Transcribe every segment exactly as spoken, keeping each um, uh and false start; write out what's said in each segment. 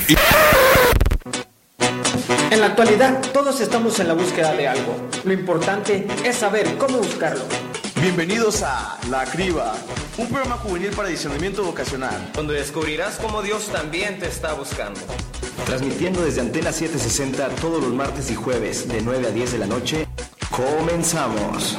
En la actualidad, todos estamos en la búsqueda de algo. Lo importante es saber cómo buscarlo. Bienvenidos a La Criba, un programa juvenil para discernimiento vocacional, donde descubrirás cómo Dios también te está buscando. Transmitiendo desde Antena setecientos sesenta todos los martes y jueves de nueve a diez de la noche. Comenzamos.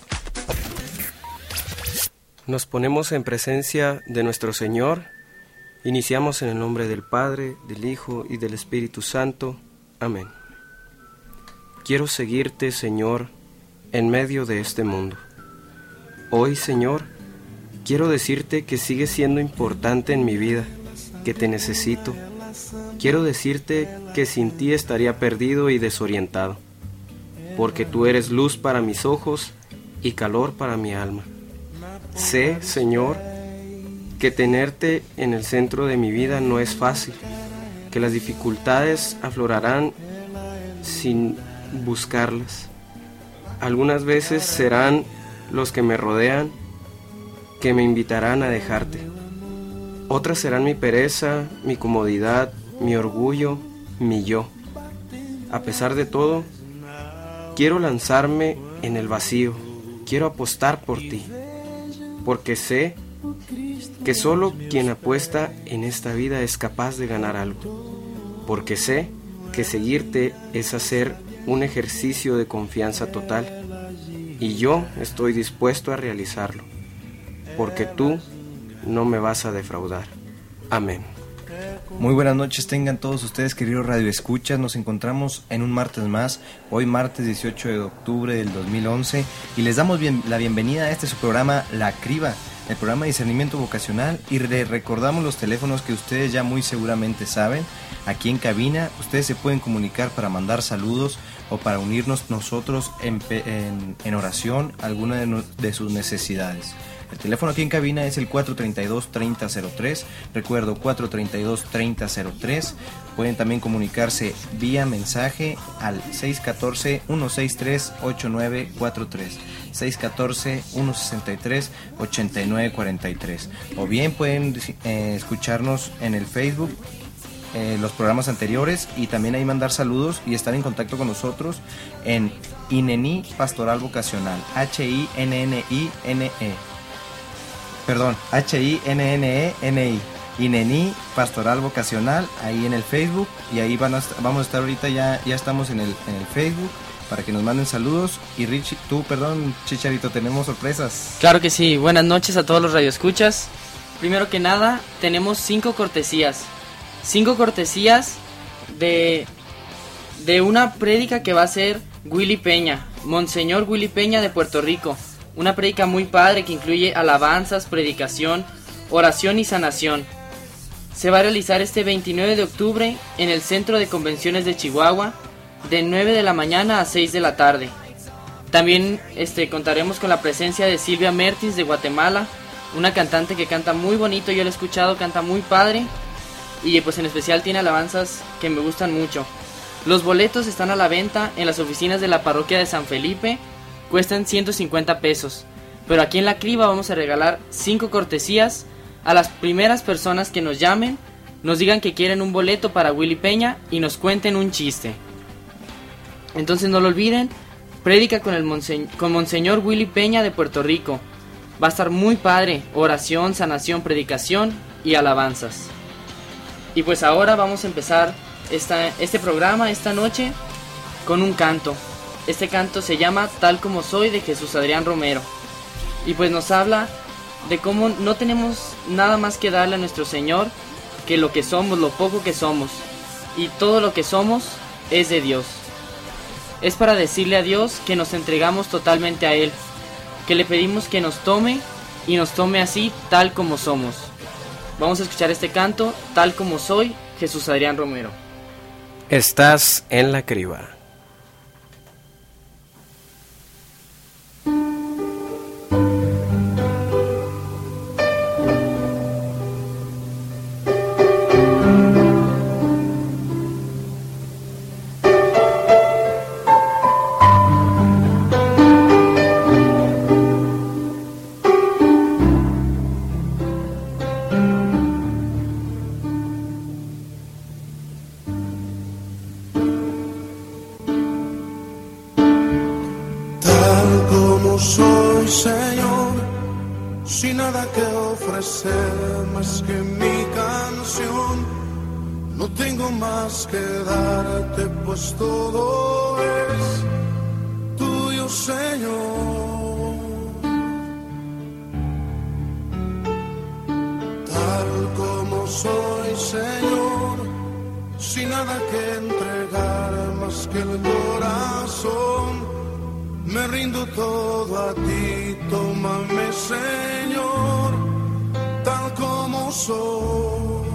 Nos ponemos en presencia de nuestro Señor. Iniciamos en el nombre del Padre, del Hijo y del Espíritu Santo. Amén. Quiero seguirte, Señor, en medio de este mundo. Hoy, Señor, quiero decirte que sigues siendo importante en mi vida, que te necesito. Quiero decirte que sin ti estaría perdido y desorientado, porque tú eres luz para mis ojos y calor para mi alma. Sé, Señor, que tenerte en el centro de mi vida no es fácil, que las dificultades aflorarán sin buscarlas. Algunas veces serán los que me rodean que me invitarán a dejarte. Otras serán mi pereza, mi comodidad, mi orgullo, mi yo. A pesar de todo, quiero lanzarme en el vacío, quiero apostar por ti, porque sé que solo quien apuesta en esta vida es capaz de ganar algo, porque sé que seguirte es hacer un ejercicio de confianza total, y yo estoy dispuesto a realizarlo, porque tú no me vas a defraudar. Amén. Muy buenas noches tengan todos ustedes, queridos radioescuchas. Nos encontramos en un martes más, hoy martes dieciocho de octubre del dos mil once, y les damos bien, la bienvenida a este su programa La Criba, el programa de discernimiento vocacional, y les recordamos los teléfonos que ustedes ya muy seguramente saben. Aquí en cabina ustedes se pueden comunicar para mandar saludos o para unirnos nosotros en, en, en oración a alguna de, no, de sus necesidades. El teléfono aquí en cabina es el cuatro treinta y dos, treinta cero tres. Recuerdo, cuatro treinta y dos, treinta cero tres. Pueden también comunicarse vía mensaje al seis uno cuatro, uno seis tres, ocho nueve cuatro tres. seis uno cuatro, uno seis tres, ocho nueve cuatro tres. O bien pueden eh, escucharnos en el Facebook, eh, los programas anteriores, y también ahí mandar saludos y estar en contacto con nosotros en Ineni Pastoral Vocacional. H I N N I N E. Perdón, H I N N E N I, Ineni Pastoral Vocacional, ahí en el Facebook, y ahí van a, vamos a estar ahorita, ya, ya estamos en el, en el Facebook, para que nos manden saludos. Y Richie, tú, perdón, Chicharito, tenemos sorpresas. Claro que sí, buenas noches a todos los radioescuchas. Primero que nada, tenemos cinco cortesías, cinco cortesías de, de una prédica que va a ser Willy Peña, Monseñor Willy Peña de Puerto Rico. Una prédica muy padre que incluye alabanzas, predicación, oración y sanación. Se va a realizar este veintinueve de octubre en el Centro de Convenciones de Chihuahua, de nueve de la mañana a seis de la tarde. También este, contaremos con la presencia de Silvia Mertins de Guatemala, una cantante que canta muy bonito, yo la he escuchado, canta muy padre, y pues en especial tiene alabanzas que me gustan mucho. Los boletos están a la venta en las oficinas de la parroquia de San Felipe. Cuestan ciento cincuenta pesos, pero aquí en La Criba vamos a regalar cinco cortesías a las primeras personas que nos llamen, nos digan que quieren un boleto para Willy Peña y nos cuenten un chiste. Entonces no lo olviden, prédica con, el monse- con Monseñor Willy Peña de Puerto Rico. Va a estar muy padre, oración, sanación, predicación y alabanzas. Y pues ahora vamos a empezar esta, este programa esta noche con un canto. Este canto se llama Tal como soy, de Jesús Adrián Romero. Y pues nos habla de cómo no tenemos nada más que darle a nuestro Señor que lo que somos, lo poco que somos. Y todo lo que somos es de Dios. Es para decirle a Dios que nos entregamos totalmente a Él, que le pedimos que nos tome y nos tome así tal como somos. Vamos a escuchar este canto, Tal como soy, Jesús Adrián Romero. Estás en La Criba. nada que ofrecer más que mi canción. No tengo más que darte, pues todo es tuyo, Señor. Tal como soy, Señor, sin nada que entregar más que el corazón. Me rindo todo a ti, tómame, Señor, tal como soy.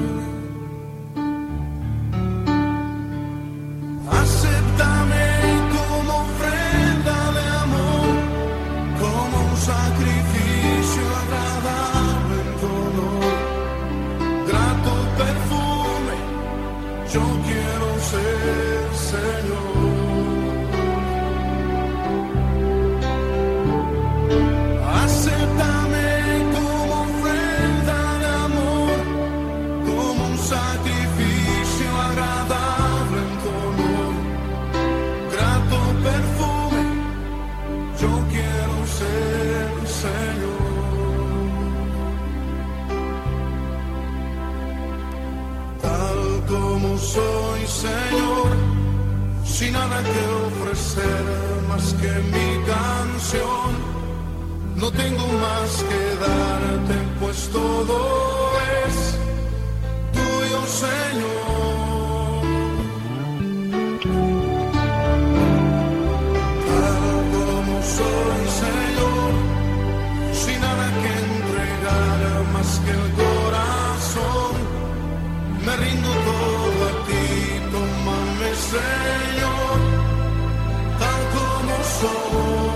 Acéptame como ofrenda de amor, como un sacrificio agradable en tu honor. Grato perfume, yo quiero ser, Señor. Acéptame como ofrenda de amor, como un sacrificio agradable en tu honor. Grato perfume, yo quiero ser, Señor. Tal como soy, Señor, sin nada que ofrecer más que mi canción. No tengo más que darte, pues todo es tuyo, Señor. Tal como soy, Señor, sin nada que entregar más que el corazón. Me rindo todo a ti, tómame, Señor, tal como soy.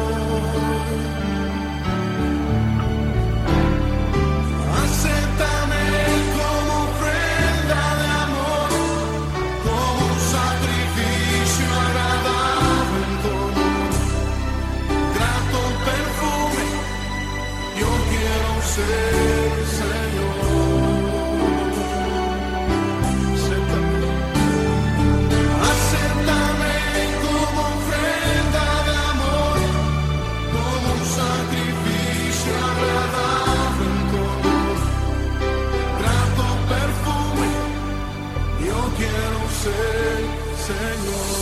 Acéptame como ofrenda de amor, como un sacrificio agradable en tu honor. Grato perfume, yo quiero ser, Señor. Acéptame como ofrenda de amor, como un sacrificio agradable en tu honor. Grato perfume, yo quiero ser, Señor.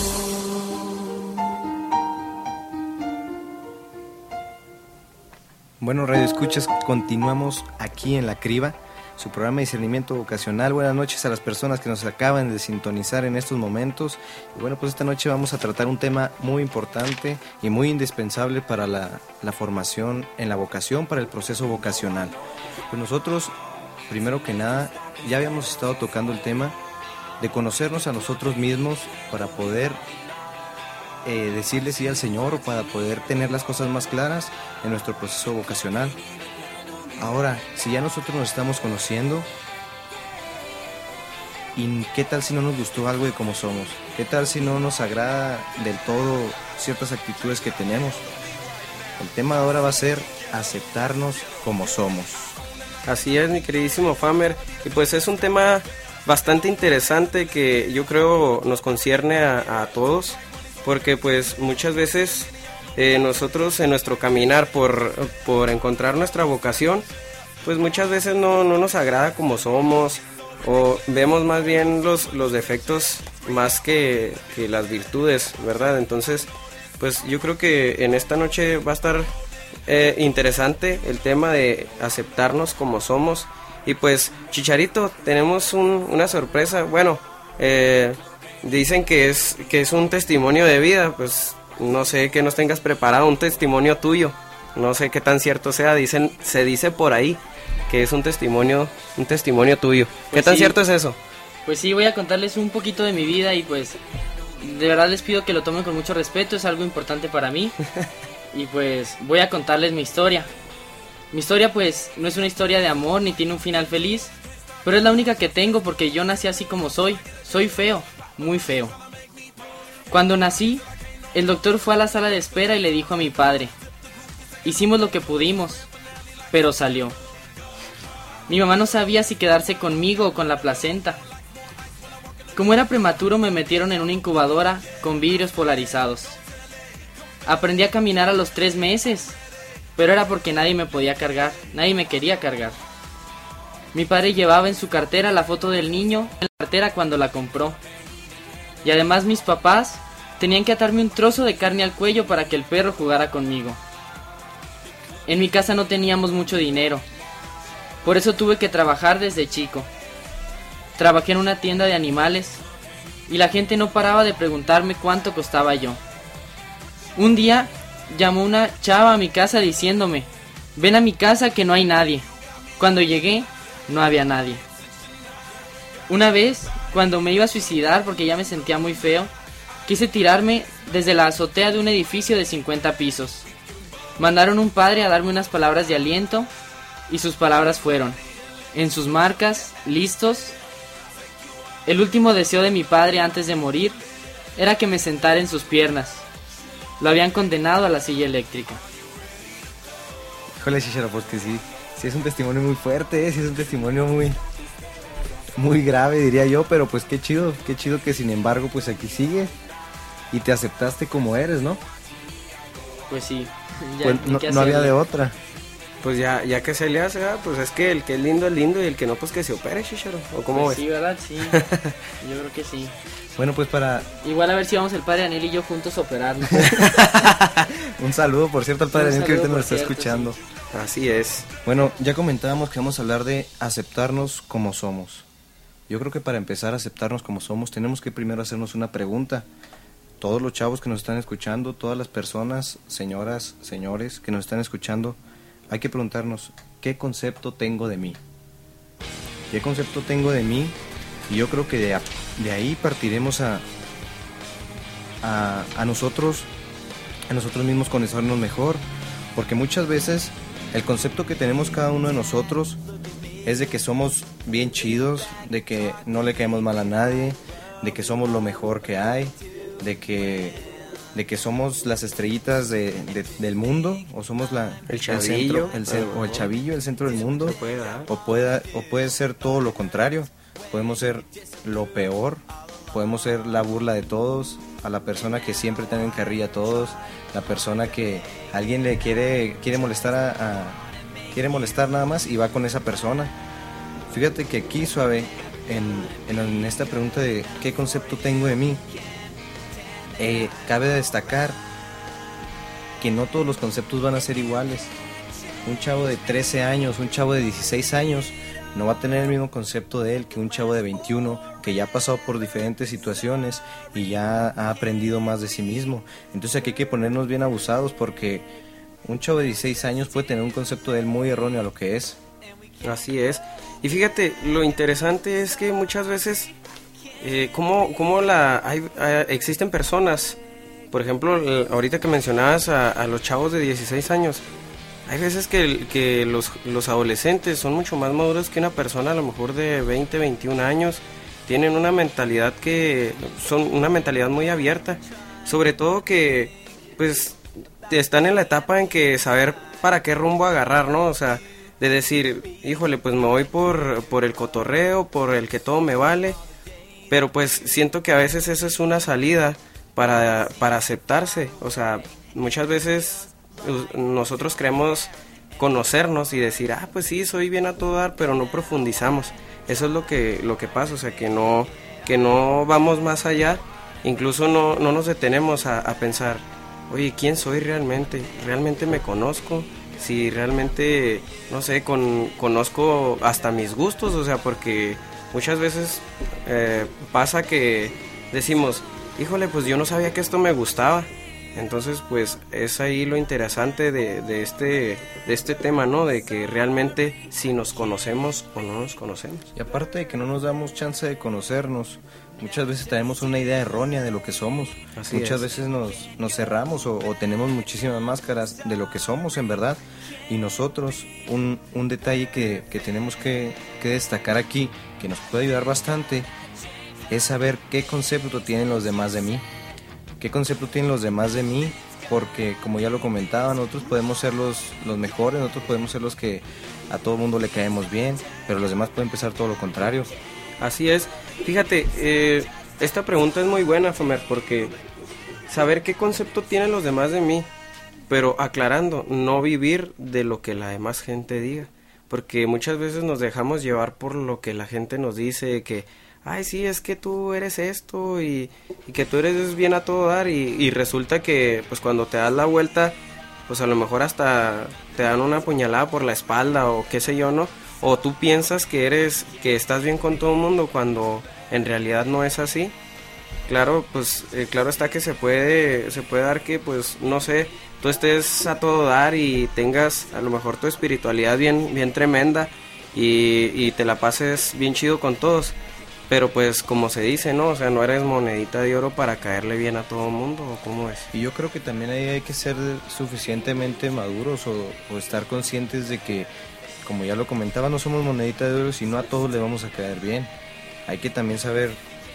Bueno, Radio Escuchas, continuamos aquí en La Criba, su programa de discernimiento vocacional. Buenas noches a las personas que nos acaban de sintonizar en estos momentos. Y bueno, pues esta noche vamos a tratar un tema muy importante y muy indispensable para la, la formación en la vocación, para el proceso vocacional. Pues nosotros, primero que nada, ya habíamos estado tocando el tema de conocernos a nosotros mismos para poder eh, decirle sí al Señor, o para poder tener las cosas más claras en nuestro proceso vocacional. Ahora, si ya nosotros nos estamos conociendo, ¿y qué tal si no nos gustó algo de cómo somos? ¿Qué tal si no nos agrada del todo ciertas actitudes que tenemos? El tema de ahora va a ser aceptarnos como somos. Así es, mi queridísimo Famer, y pues es un tema bastante interesante que yo creo nos concierne a, a todos, porque pues muchas veces eh, nosotros en nuestro caminar por, por encontrar nuestra vocación, pues muchas veces no, no nos agrada como somos, o vemos más bien los, los defectos más que, que las virtudes, ¿verdad? Entonces, pues yo creo que en esta noche va a estar eh, interesante el tema de aceptarnos como somos. Y pues, Chicharito, tenemos un, una sorpresa. Bueno, eh, dicen que es, que es un testimonio de vida, pues no sé que nos tengas preparado un testimonio tuyo, no sé qué tan cierto sea, dicen, se dice por ahí que es un testimonio, un testimonio tuyo. ¿Qué Pues tan sí. cierto es eso? Pues sí, voy a contarles un poquito de mi vida y pues de verdad les pido que lo tomen con mucho respeto, es algo importante para mí. Y pues voy a contarles mi historia. Mi historia pues no es una historia de amor ni tiene un final feliz, pero es la única que tengo porque yo nací así como soy. Soy feo, muy feo. Cuando nací, el doctor fue a la sala de espera y le dijo a mi padre: hicimos lo que pudimos, pero salió. Mi mamá no sabía si quedarse conmigo o con la placenta. Como era prematuro, me metieron en una incubadora con vidrios polarizados. Aprendí a caminar a los tres meses. pero era porque nadie me podía cargar, nadie me quería cargar. Mi padre llevaba en su cartera la foto del niño en la cartera cuando la compró. Y además mis papás tenían que atarme un trozo de carne al cuello para que el perro jugara conmigo. En mi casa no teníamos mucho dinero, por eso tuve que trabajar desde chico. Trabajé en una tienda de animales y la gente no paraba de preguntarme cuánto costaba yo. Un día llamó una chava a mi casa diciéndome: ven a mi casa que no hay nadie. Cuando llegué, no había nadie. Una vez, cuando me iba a suicidar porque ya me sentía muy feo, quise tirarme desde la azotea de un edificio de cincuenta pisos. Mandaron un padre a darme unas palabras de aliento y sus palabras fueron: en sus marcas, listos. El último deseo de mi padre antes de morir era que me sentara en sus piernas. Lo habían condenado a la silla eléctrica. Híjole, Chicharo, pues que sí, sí es un testimonio muy fuerte, ¿eh? Sí es un testimonio muy, muy grave, diría yo, pero pues qué chido, qué chido que sin embargo pues aquí sigue y te aceptaste como eres, ¿no? Pues sí, ya, Pues no, no había de otra. Pues ya, ya que se le hace, ¿verdad? Pues es que el que es lindo es lindo y el que no, pues que se opere, Chicharo. ¿O cómo Pues ves? sí, ¿verdad? Sí, yo creo que sí. Bueno, pues para... Igual a ver si vamos el padre Anel y yo juntos a operarnos. Un saludo, por cierto, al padre Un Daniel que ahorita saludo, nos por está cierto, escuchando. sí. Así es. Bueno, ya comentábamos que vamos a hablar de aceptarnos como somos. Yo creo que para empezar a aceptarnos como somos, tenemos que primero hacernos una pregunta. Todos los chavos que nos están escuchando, todas las personas, señoras, señores que nos están escuchando, hay que preguntarnos, ¿qué concepto tengo de mí? ¿Qué concepto tengo de mí? Y yo creo que de, a- de ahí partiremos a, a, a nosotros, a nosotros mismos conocernos mejor, porque muchas veces el concepto que tenemos cada uno de nosotros es de que somos bien chidos, de que no le caemos mal a nadie, de que somos lo mejor que hay, de que de que somos las estrellitas de, de- del mundo, o somos la El centro, chavillo, el a cen- lo o el mejor. chavillo, el centro del mundo, Se puede dar. o puede, o puede ser todo lo contrario. Podemos ser lo peor, podemos ser la burla de todos, a la persona que siempre tiene en carrilla a todos, la persona que alguien le quiere quiere molestar a, a- quiere molestar nada más y va con esa persona. Fíjate que aquí, suave, en, en, en esta pregunta de qué concepto tengo de mí, eh, cabe destacar que no todos los conceptos van a ser iguales. Un chavo de trece años, un chavo de dieciséis años, no va a tener el mismo concepto de él que un chavo de veintiuno que ya ha pasado por diferentes situaciones y ya ha aprendido más de sí mismo. Entonces aquí hay que ponernos bien abusados, porque un chavo de dieciséis años puede tener un concepto de él muy erróneo a lo que es. Así es. Y fíjate, lo interesante es que muchas veces, eh, como, como la, hay, hay- existen personas, por ejemplo, el- ahorita que mencionabas a, a los chavos de dieciséis años, hay veces que, el- que los, los adolescentes son mucho más maduros que una persona a lo mejor de veinte, veintiún años, tienen una mentalidad que, son una mentalidad muy abierta, sobre todo que, pues, están en la etapa en que saber para qué rumbo agarrar, ¿no? O sea, de decir, híjole, pues me voy por, por el cotorreo, por el que todo me vale, pero pues siento que a veces eso es una salida para, para aceptarse. O sea, muchas veces uh, nosotros creemos conocernos y decir, ah, pues sí, soy bien a todo dar, pero no profundizamos. Eso es lo que, lo que pasa, o sea, que no, que no vamos más allá, incluso no, no nos detenemos a, a pensar, oye, ¿quién soy realmente? ¿Realmente me conozco? Si realmente, no sé, con, conozco hasta mis gustos, o sea, porque muchas veces eh, pasa que decimos, híjole, pues yo no sabía que esto me gustaba. Entonces, pues es ahí lo interesante de, de, este, de este tema, ¿no? De que realmente si nos conocemos o no nos conocemos. Y aparte de que no nos damos chance de conocernos, muchas veces tenemos una idea errónea de lo que somos. Así muchas es. veces nos, nos cerramos o, o tenemos muchísimas máscaras de lo que somos en verdad. Y nosotros, un, un detalle que, que tenemos que, que destacar aquí, que nos puede ayudar bastante, es saber qué concepto tienen los demás de mí. ¿Qué concepto tienen los demás de mí? Porque, como ya lo comentaba, nosotros podemos ser los, los mejores, nosotros podemos ser los que a todo el mundo le caemos bien, pero los demás pueden pensar todo lo contrario. Así es. Fíjate, eh, esta pregunta es muy buena, Fomer, porque saber qué concepto tienen los demás de mí, pero aclarando, no vivir de lo que la demás gente diga, porque muchas veces nos dejamos llevar por lo que la gente nos dice, que, ay, sí, es que tú eres esto, y, y que tú eres bien a todo dar, y, y resulta que, pues, cuando te das la vuelta, pues, a lo mejor hasta te dan una puñalada por la espalda, o qué sé yo, ¿no? O tú piensas que eres, que estás bien con todo el mundo, cuando en realidad no es así. Claro, pues, eh, claro está que se puede, se puede dar que, pues, no sé, tú estés a todo dar y tengas a lo mejor tu espiritualidad bien, bien tremenda y, y te la pases bien chido con todos, pero pues como se dice, ¿no? O sea, no eres monedita de oro para caerle bien a todo el mundo, ¿o cómo es? Y yo creo que también ahí hay que ser suficientemente maduros o, o estar conscientes de que, como ya lo comentaba, no somos monedita de oro y no a todos le vamos a caer bien. Hay que también saber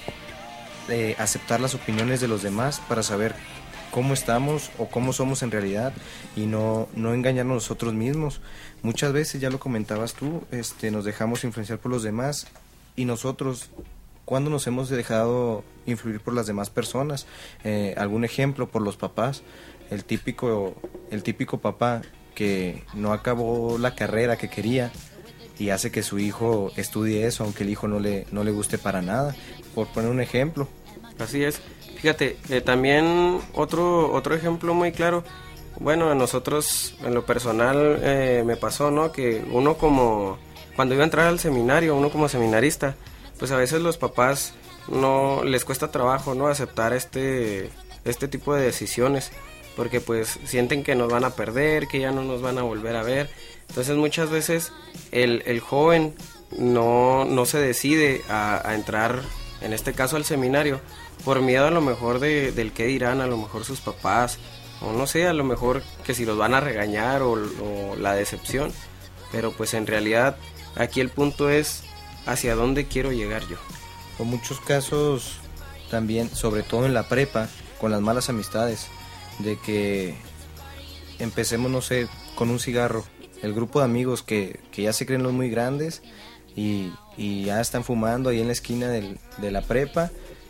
eh, aceptar las opiniones de los demás para saber cómo estamos o cómo somos en realidad y no, no engañarnos nosotros mismos. Muchas veces, ya lo comentabas tú, este, nos dejamos influenciar por los demás y nosotros, ¿cuándo nos hemos dejado influir por las demás personas? Eh, algún ejemplo, por los papás, el típico, el típico papá que no acabó la carrera que quería y hace que su hijo estudie eso, aunque el hijo no le, no le guste para nada, por poner un ejemplo. Así es. Fíjate, eh, también otro otro ejemplo muy claro, bueno, a nosotros en lo personal eh, me pasó, ¿no? Que uno como, cuando iba a entrar al seminario, uno como seminarista, pues a veces los papás no les cuesta trabajo, ¿no? Aceptar este, este tipo de decisiones, porque pues sienten que nos van a perder, que ya no nos van a volver a ver. Entonces muchas veces el, el joven no, no se decide a, a entrar, en este caso al seminario, por miedo a lo mejor de, del qué dirán, a lo mejor sus papás, o no sé, a lo mejor que si los van a regañar o, o la decepción, pero pues en realidad aquí el punto es hacia dónde quiero llegar yo. Por muchos casos también, sobre todo en la prepa, con las malas amistades, de que empecemos, no sé, con un cigarro, el grupo de amigos que, que ya se creen los muy grandes y, y ya están fumando ahí en la esquina del, de la prepa.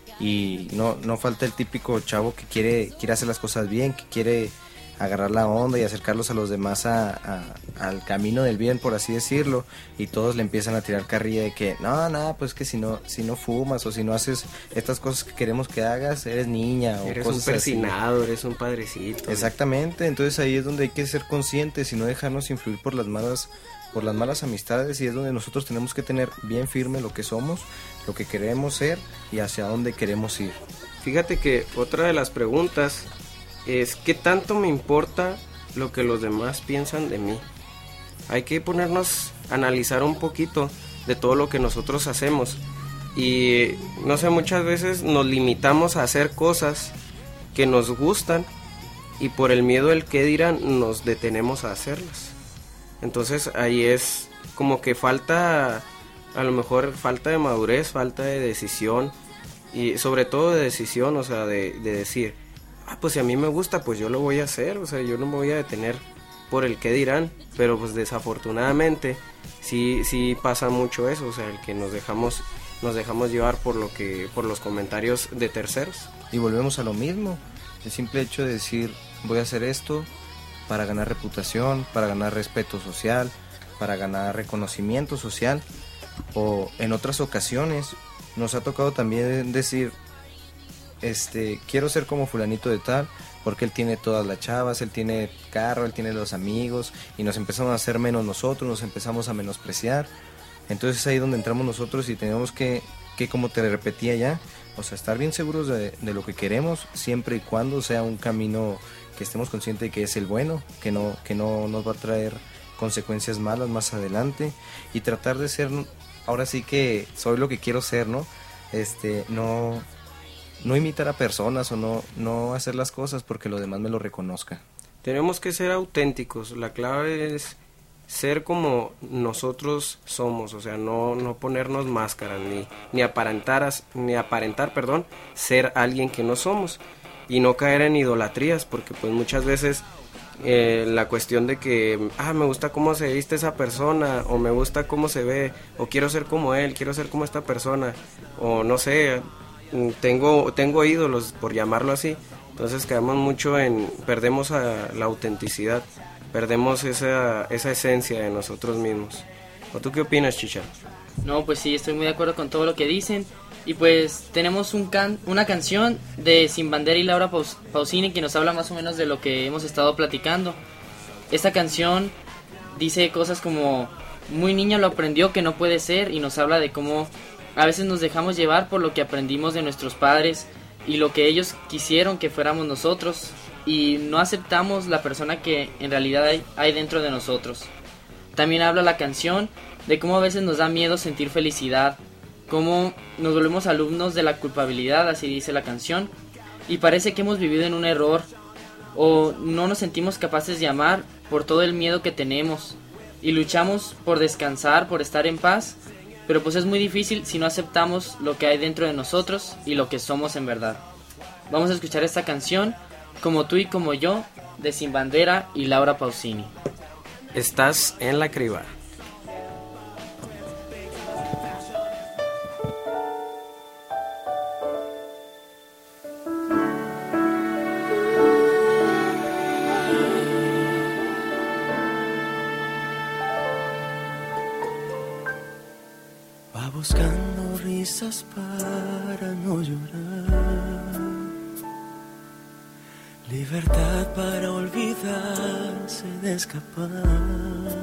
Y no, no falta el típico chavo que quiere, quiere hacer las cosas bien, que quiere agarrar la onda y acercarlos a los demás a, a, al camino del bien, por así decirlo, y todos le empiezan a tirar carrilla de que no, no, pues que si no, si no fumas o si no haces estas cosas que queremos que hagas, eres niña o eres cosas un persinado, así. Eres un padrecito. Exactamente, entonces ahí es donde hay que ser conscientes y no dejarnos influir por las malas por las malas amistades, y es donde nosotros tenemos que tener bien firme lo que somos, lo que queremos ser y hacia dónde queremos ir. Fíjate que otra de las preguntas es ¿qué tanto me importa lo que los demás piensan de mí? Hay que ponernos a analizar un poquito de todo lo que nosotros hacemos y no sé, muchas veces nos limitamos a hacer cosas que nos gustan y por el miedo del qué dirán nos detenemos a hacerlas. Entonces ahí es como que falta, a lo mejor falta de madurez, falta de decisión y sobre todo de decisión, o sea, de, de decir, ah, pues si a mí me gusta, pues yo lo voy a hacer, o sea, yo no me voy a detener por el qué dirán, pero pues desafortunadamente sí, sí pasa mucho eso, o sea, el que nos dejamos, nos dejamos llevar por lo que, por los comentarios de terceros. Y volvemos a lo mismo, el simple hecho de decir, voy a hacer esto para ganar reputación, para ganar respeto social, para ganar reconocimiento social, o en otras ocasiones nos ha tocado también decir, este, quiero ser como fulanito de tal, porque él tiene todas las chavas, él tiene carro, él tiene los amigos, y nos empezamos a hacer menos nosotros, nos empezamos a menospreciar. Entonces es ahí donde entramos nosotros y tenemos que, que como te repetía ya, o sea, estar bien seguros de, de lo que queremos, siempre y cuando sea un camino que estemos conscientes de que es el bueno, que no, que no nos va a traer consecuencias malas más adelante, y tratar de ser, ahora sí que soy lo que quiero ser, ¿no? Este, no, no imitar a personas o no, no hacer las cosas porque los demás me lo reconozcan. Tenemos que ser auténticos, la clave es ser como nosotros somos, o sea, no, no ponernos máscaras, ni, ni aparentar, ni aparentar, perdón, ser alguien que no somos. Y no caer en idolatrías, porque pues muchas veces eh, la cuestión de que, ah, me gusta cómo se viste esa persona, o me gusta cómo se ve, o quiero ser como él, quiero ser como esta persona, o no sé, tengo, tengo ídolos, por llamarlo así, Entonces quedamos mucho en, perdemos a la autenticidad, perdemos esa, esa esencia de nosotros mismos. ¿O tú qué opinas, Chicha? No, pues sí, estoy muy de acuerdo con todo lo que dicen. Y pues tenemos un can una canción de Sin Bandera y Laura Paus Pausini que nos habla más o menos de lo que hemos estado platicando. Esta canción dice cosas como: muy niño lo aprendió que no puede ser, y nos habla de cómo a veces nos dejamos llevar por lo que aprendimos de nuestros padres y lo que ellos quisieron que fuéramos nosotros, y no aceptamos la persona que en realidad hay, hay dentro de nosotros. También habla la canción de cómo a veces nos da miedo sentir felicidad, cómo nos volvemos alumnos de la culpabilidad, así dice la canción, y parece que hemos vivido en un error, o no nos sentimos capaces de amar por todo el miedo que tenemos, y luchamos por descansar, por estar en paz, pero pues es muy difícil si no aceptamos lo que hay dentro de nosotros y lo que somos en verdad. Vamos a escuchar esta canción, Como tú y como yo, de Sin Bandera y Laura Pausini. Estás en la criba. Va buscando risas para no llorar, libertad para olvidarse de escapar,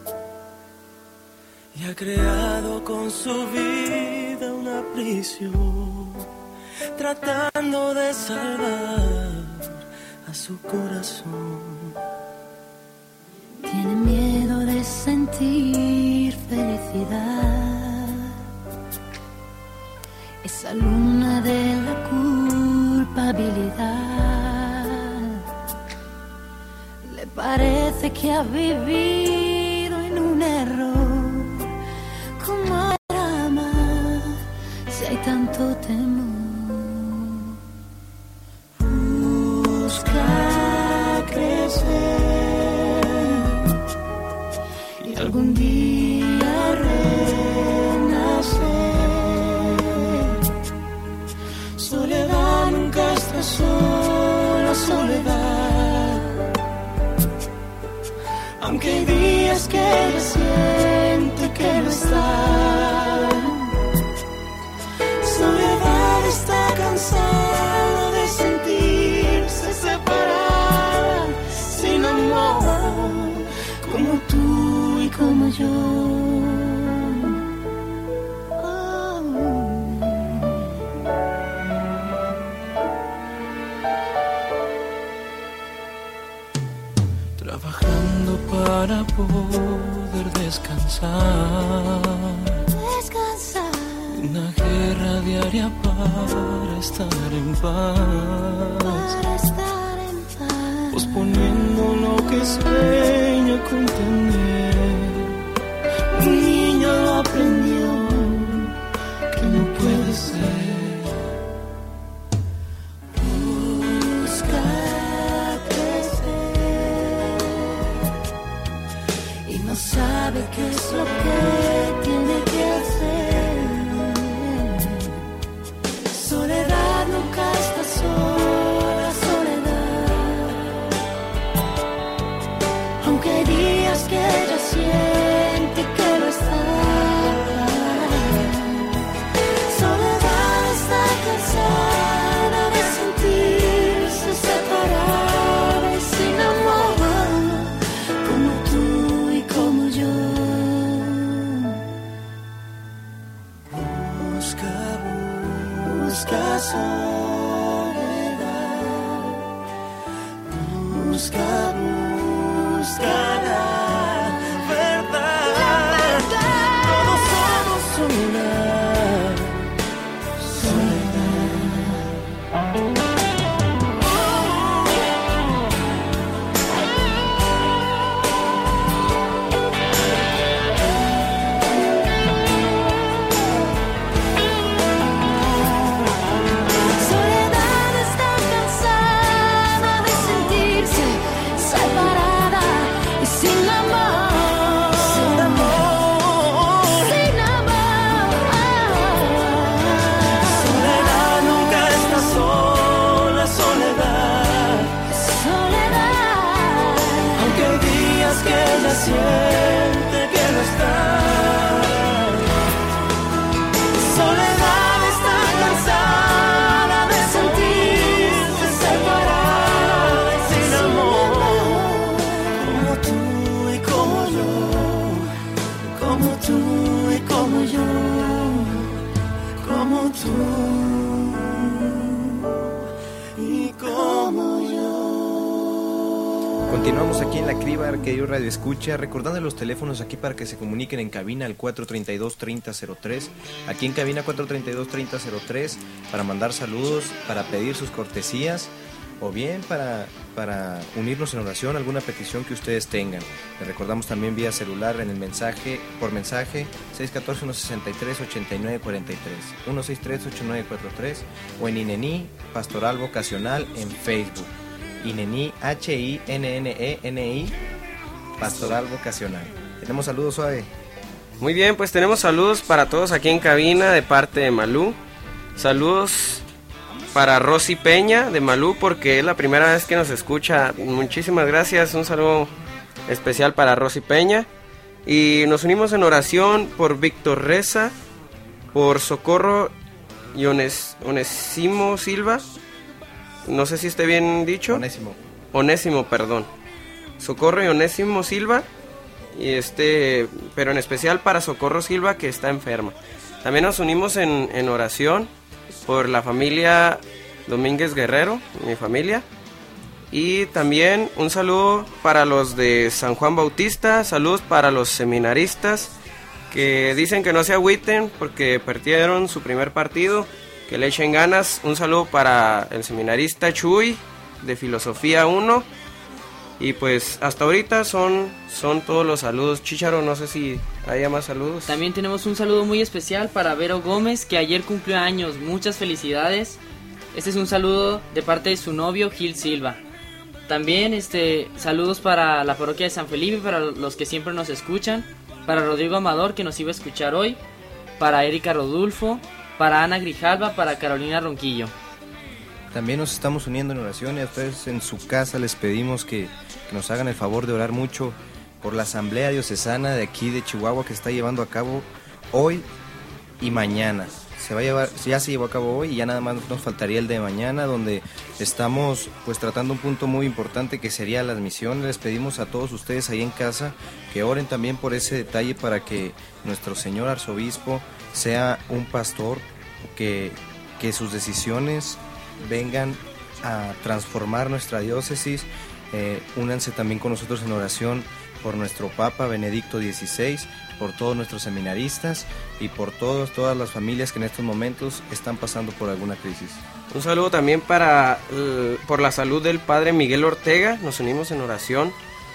y ha creado con su vida una prisión, tratando de salvar a su corazón. Tiene miedo de sentir felicidad, esa luna de la culpabilidad. Le parece que ha vivido en un error. ¿Cómo era amar si hay tanto temor? Busca crecer y algún día renacer. Soledad nunca está sola, soledad. Aunque hay días que ella siente que no está. Soledad está cansada de sentirse separada, sin amor, como tú y como yo. Para poder descansar, Descansar. Una guerra diaria para estar en paz, Para estar en paz. posponiendo lo que sueña con tener. Un niño lo aprendió que no puede ser. Sabe qué es lo que tiene que hacer. Soledad nunca está sola, soledad. Aunque hay días que ella siente que no está. Soledad está cansada de sentirse separada y sin amor, como tú y como yo. Busca, Busca soledad. busca, busca la verdad. La verdad. Todos somos una Soledad está cansada de sentirse tú y como yo. Continuamos aquí en La Criba, querido Radio Escucha, recordando los teléfonos aquí para que se comuniquen en cabina al cuatro treinta y dos, treinta cero tres, aquí en cabina cuatro treinta y dos, treinta cero tres, para mandar saludos, para pedir sus cortesías, o bien para, para unirnos en oración, alguna petición que ustedes tengan. Les recordamos también vía celular en el mensaje, por mensaje, seis uno cuatro, uno seis tres, ocho nueve cuatro tres, uno seis tres, ocho nueve cuatro tres, o en Inení Pastoral Vocacional en Facebook. Inení, H I N N E N I, Pastoral Vocacional. Tenemos saludos, Suave. Muy bien, pues tenemos saludos para todos aquí en cabina de parte de Malú. Saludos para Rosy Peña de Malú, porque es la primera vez que nos escucha. Muchísimas gracias, un saludo especial para Rosy Peña. Y nos unimos en oración por Víctor Reza, por Socorro y Ones, Onésimo Silva. No sé si esté bien dicho. Onésimo. Onésimo, perdón. Socorro y Onésimo Silva. Y este, pero en especial para Socorro Silva, que está enferma. También nos unimos en, en oración por la familia Domínguez Guerrero, mi familia. Y también un saludo para los de San Juan Bautista. Saludos para los seminaristas que dicen que no se agüiten porque perdieron su primer partido, que le echen ganas. Un saludo para el seminarista Chuy de Filosofía uno. Y pues hasta ahorita son, son todos los saludos. Chícharo, no sé si haya más saludos. También tenemos un saludo muy especial para Vero Gómez, que ayer cumplió años. Muchas felicidades. Este es un saludo de parte de su novio Gil Silva. También este saludos para la parroquia de San Felipe, para los que siempre nos escuchan. Para Rodrigo Amador, que nos iba a escuchar hoy. Para Erika Rodulfo. Para Ana Grijalva, para Carolina Ronquillo. También nos estamos uniendo en oración y a ustedes en su casa les pedimos que, que nos hagan el favor de orar mucho por la asamblea diocesana de aquí de Chihuahua que se está llevando a cabo hoy y mañana. Se va a llevar, ya se llevó a cabo hoy y ya nada más nos faltaría el de mañana, donde estamos pues tratando un punto muy importante que sería las misiones. Les pedimos a todos ustedes ahí en casa que oren también por ese detalle para que nuestro señor arzobispo sea un pastor, que, que sus decisiones vengan a transformar nuestra diócesis. Eh, únanse también con nosotros en oración por nuestro Papa Benedicto dieciséis, por todos nuestros seminaristas y por todos, todas las familias que en estos momentos están pasando por alguna crisis. Un saludo también para uh, por la salud del Padre Miguel Ortega, nos unimos en oración.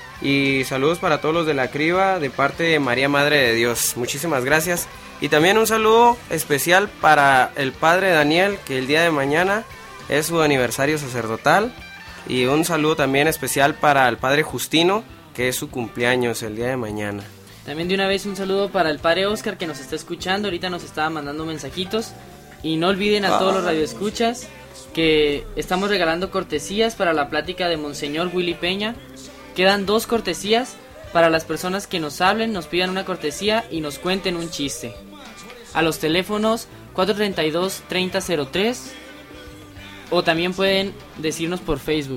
Y saludos para todos los de La Criba de parte de María Madre de Dios. Muchísimas gracias. Y también un saludo especial para el Padre Daniel, que el día de mañana es su aniversario sacerdotal. Y un saludo también especial para el Padre Justino, que es su cumpleaños el día de mañana. También de una vez un saludo para el Padre Oscar, que nos está escuchando. Ahorita nos estaba mandando mensajitos. Y no olviden a todos los radioescuchas que estamos regalando cortesías para la plática de Monseñor Willy Peña. Quedan dos cortesías para las personas que nos hablen, nos pidan una cortesía y nos cuenten un chiste. A los teléfonos cuatro treinta y dos, treinta cero tres, o también pueden decirnos por Facebook.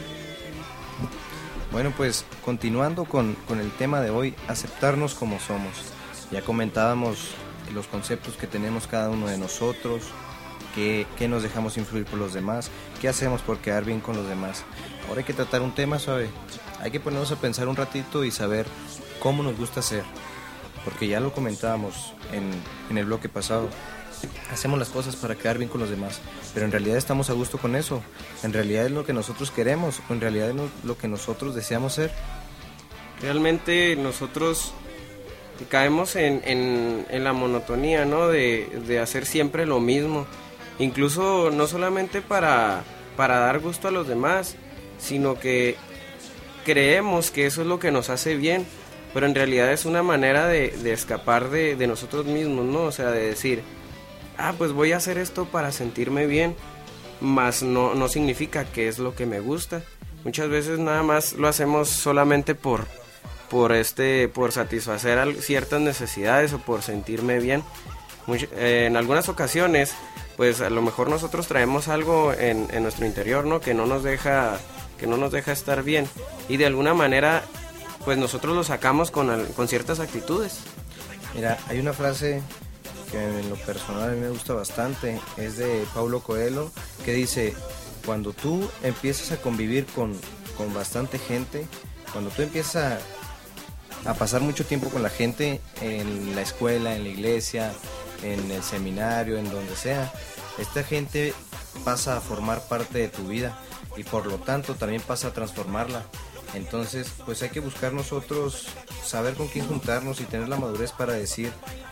Bueno, pues continuando con, con el tema de hoy, aceptarnos como somos. Ya comentábamos los conceptos que tenemos cada uno de nosotros, qué, qué nos dejamos influir por los demás, qué hacemos por quedar bien con los demás. Ahora hay que tratar un tema suave, hay que ponernos a pensar un ratito y saber cómo nos gusta ser, porque ya lo comentábamos en, en el bloque pasado. Hacemos las cosas para quedar bien con los demás, pero en realidad estamos a gusto con eso. En realidad es lo que nosotros queremos, o en realidad es lo que nosotros deseamos ser. Realmente nosotros caemos en, en, en la monotonía, ¿no? De, de hacer siempre lo mismo. Incluso no solamente para, para dar gusto a los demás, sino que creemos que eso es lo que nos hace bien, pero en realidad es una manera de, de escapar de, de nosotros mismos, ¿no? O sea, de decir, ah, pues voy a hacer esto para sentirme bien, mas no, no significa que es lo que me gusta. Muchas veces nada más lo hacemos solamente por, por, este, por satisfacer ciertas necesidades o por sentirme bien. Much, eh, en algunas ocasiones, pues a lo mejor nosotros traemos algo en, en nuestro interior, ¿no? Que no nos deja, que no nos deja estar bien, y de alguna manera, pues nosotros lo sacamos con, con ciertas actitudes. Mira, hay una frase que en lo personal a mí me gusta bastante, es de Paulo Coelho, que dice, cuando tú empiezas a convivir con, con bastante gente, cuando tú empiezas a, a pasar mucho tiempo con la gente en la escuela, en la iglesia, en el seminario, en donde sea, esta gente pasa a formar parte de tu vida y por lo tanto también pasa a transformarla. Entonces, pues hay que buscar nosotros, saber con quién juntarnos y tener la madurez para decir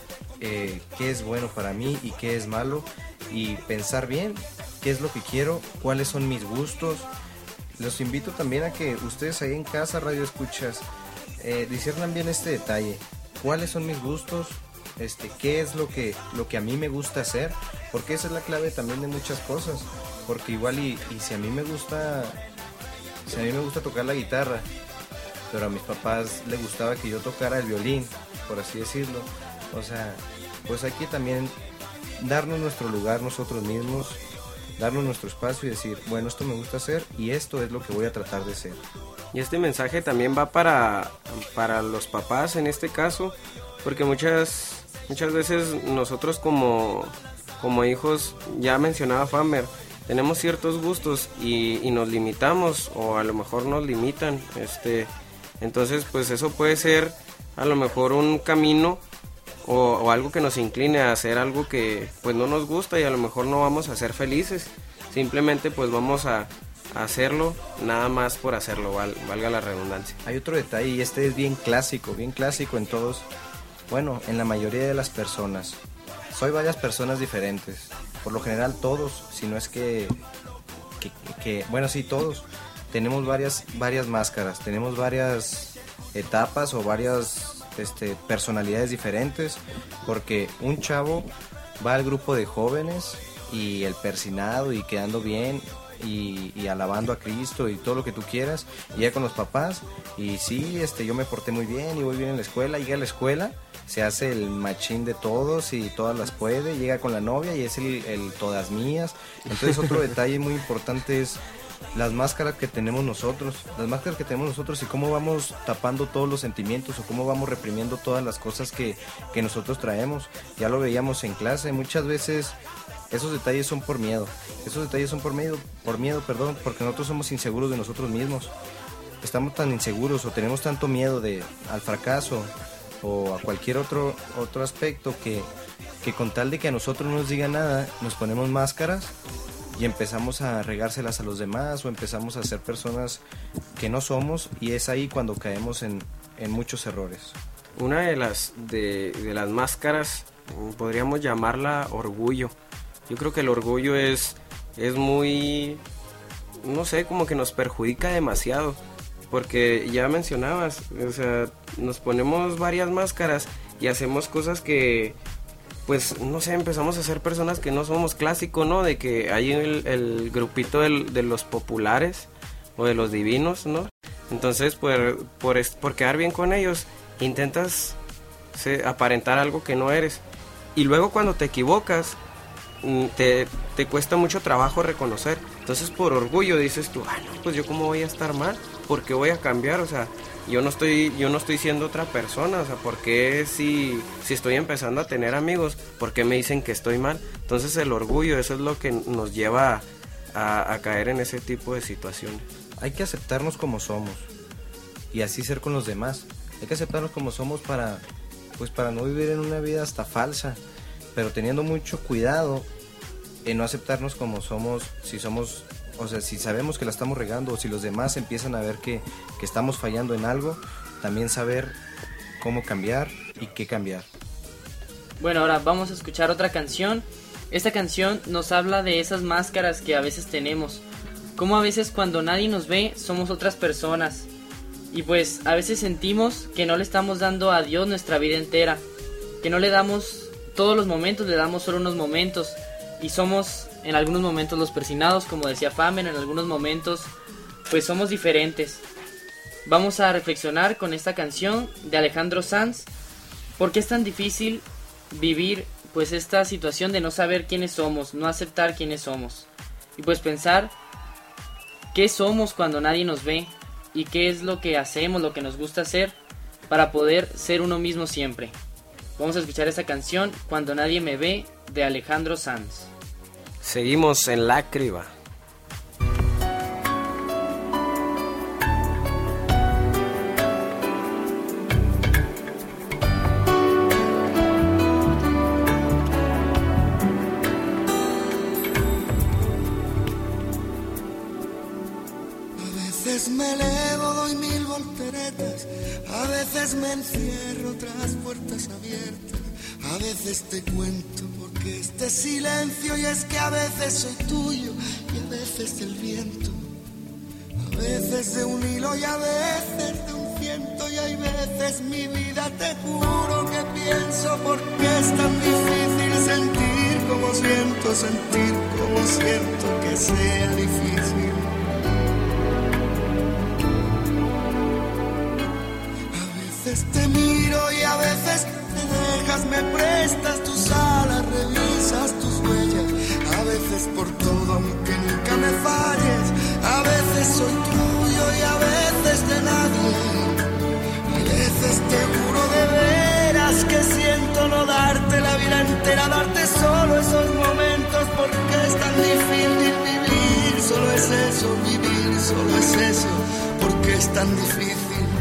eh, qué es bueno para mí y qué es malo, y pensar bien qué es lo que quiero, cuáles son mis gustos. Los invito también a que ustedes ahí en casa, radio escuchas, eh, discernan bien este detalle, cuáles son mis gustos, este, qué es lo que, lo que a mí me gusta hacer, porque esa es la clave también de muchas cosas, porque igual y, y si a mí me gusta... Si a mí me gusta tocar la guitarra, pero a mis papás les gustaba que yo tocara el violín, por así decirlo. O sea, pues hay que también darnos nuestro lugar nosotros mismos, darnos nuestro espacio y decir, bueno, esto me gusta hacer y esto es lo que voy a tratar de ser. Y este mensaje también va para, para los papás en este caso, porque muchas, muchas veces nosotros como, como hijos, ya mencionaba Famer, tenemos ciertos gustos y, y nos limitamos, o a lo mejor nos limitan, este, entonces pues eso puede ser a lo mejor un camino o, o algo que nos incline a hacer algo que pues no nos gusta y a lo mejor no vamos a ser felices, simplemente pues vamos a, a hacerlo nada más por hacerlo, val, valga la redundancia. Hay otro detalle y este es bien clásico, bien clásico en todos, bueno, en la mayoría de las personas. Soy varias personas diferentes. Por lo general todos, si no es que, que, que, bueno, sí, todos, tenemos varias, varias máscaras, tenemos varias etapas o varias este, personalidades diferentes, porque un chavo va al grupo de jóvenes y el persinado y quedando bien y, y alabando a Cristo y todo lo que tú quieras, y ya con los papás, y sí, este, yo me porté muy bien y voy bien en la escuela, llega a la escuela, se hace el machín de todos y todas las puede, llega con la novia y es el, el todas mías. Entonces otro detalle muy importante es las máscaras que tenemos nosotros, las máscaras que tenemos nosotros y cómo vamos tapando todos los sentimientos o cómo vamos reprimiendo todas las cosas que, que nosotros traemos. Ya lo veíamos en clase, muchas veces esos detalles son por miedo, esos detalles son por miedo, por miedo, perdón, porque nosotros somos inseguros de nosotros mismos. Estamos tan inseguros o tenemos tanto miedo de, al fracaso o a cualquier otro, otro aspecto que, que con tal de que a nosotros no nos diga nada, nos ponemos máscaras y empezamos a regárselas a los demás o empezamos a ser personas que no somos, y es ahí cuando caemos en, en muchos errores. Una de las, de, de las máscaras podríamos llamarla orgullo. Yo creo que el orgullo es, es muy, no sé, como que nos perjudica demasiado. Porque ya mencionabas, o sea, nos ponemos varias máscaras y hacemos cosas que, pues, no sé, empezamos a ser personas que no somos, clásico, ¿no? De que hay el, el grupito del, de los populares o de los divinos, ¿no? Entonces, por, por, por quedar bien con ellos, intentas se, aparentar algo que no eres. Y luego cuando te equivocas, te, te cuesta mucho trabajo reconocer. Entonces, por orgullo dices tú, ah, no, pues yo cómo voy a estar mal, ¿por qué voy a cambiar? O sea, yo no estoy, yo no estoy siendo otra persona, o sea, ¿por qué si, si estoy empezando a tener amigos, por qué me dicen que estoy mal? Entonces el orgullo, eso es lo que nos lleva a, a caer en ese tipo de situaciones. Hay que aceptarnos como somos y así ser con los demás. Hay que aceptarnos como somos para, pues para no vivir en una vida hasta falsa, pero teniendo mucho cuidado en no aceptarnos como somos, si somos, o sea, si sabemos que la estamos regando o si los demás empiezan a ver que, que estamos fallando en algo, también saber cómo cambiar y qué cambiar. Bueno, ahora vamos a escuchar otra canción. Esta canción nos habla de esas máscaras que a veces tenemos, como a veces cuando nadie nos ve somos otras personas, y pues a veces sentimos que no le estamos dando a Dios nuestra vida entera, que no le damos todos los momentos, le damos solo unos momentos, y somos en algunos momentos los persinados, como decía Famen, en algunos momentos pues somos diferentes. Vamos a reflexionar con esta canción de Alejandro Sanz, ¿por qué es tan difícil vivir pues esta situación de no saber quiénes somos, no aceptar quiénes somos? Y pues pensar qué somos cuando nadie nos ve y qué es lo que hacemos, lo que nos gusta hacer para poder ser uno mismo siempre. Vamos a escuchar esa canción, Cuando Nadie Me Ve, de Alejandro Sanz. Seguimos en La Criba. A veces me elevo, doy mil volteretas, a veces me encierro tras puertas abiertas, a veces te cuento porque este silencio, y es que a veces soy tuyo y a veces del viento, a veces de un hilo y a veces de un ciento, y hay veces mi vida te juro que pienso porque es tan difícil sentir como siento, sentir como siento que sea difícil. A veces te miro y a veces te dejas, me prestas tus alas, revisas tus huellas, a veces por todo aunque nunca me falles, a veces soy tuyo y a veces de nadie, a veces te juro de veras que siento no darte la vida entera, darte solo esos momentos porque es tan difícil vivir, solo es eso, vivir, solo es eso, porque es tan difícil.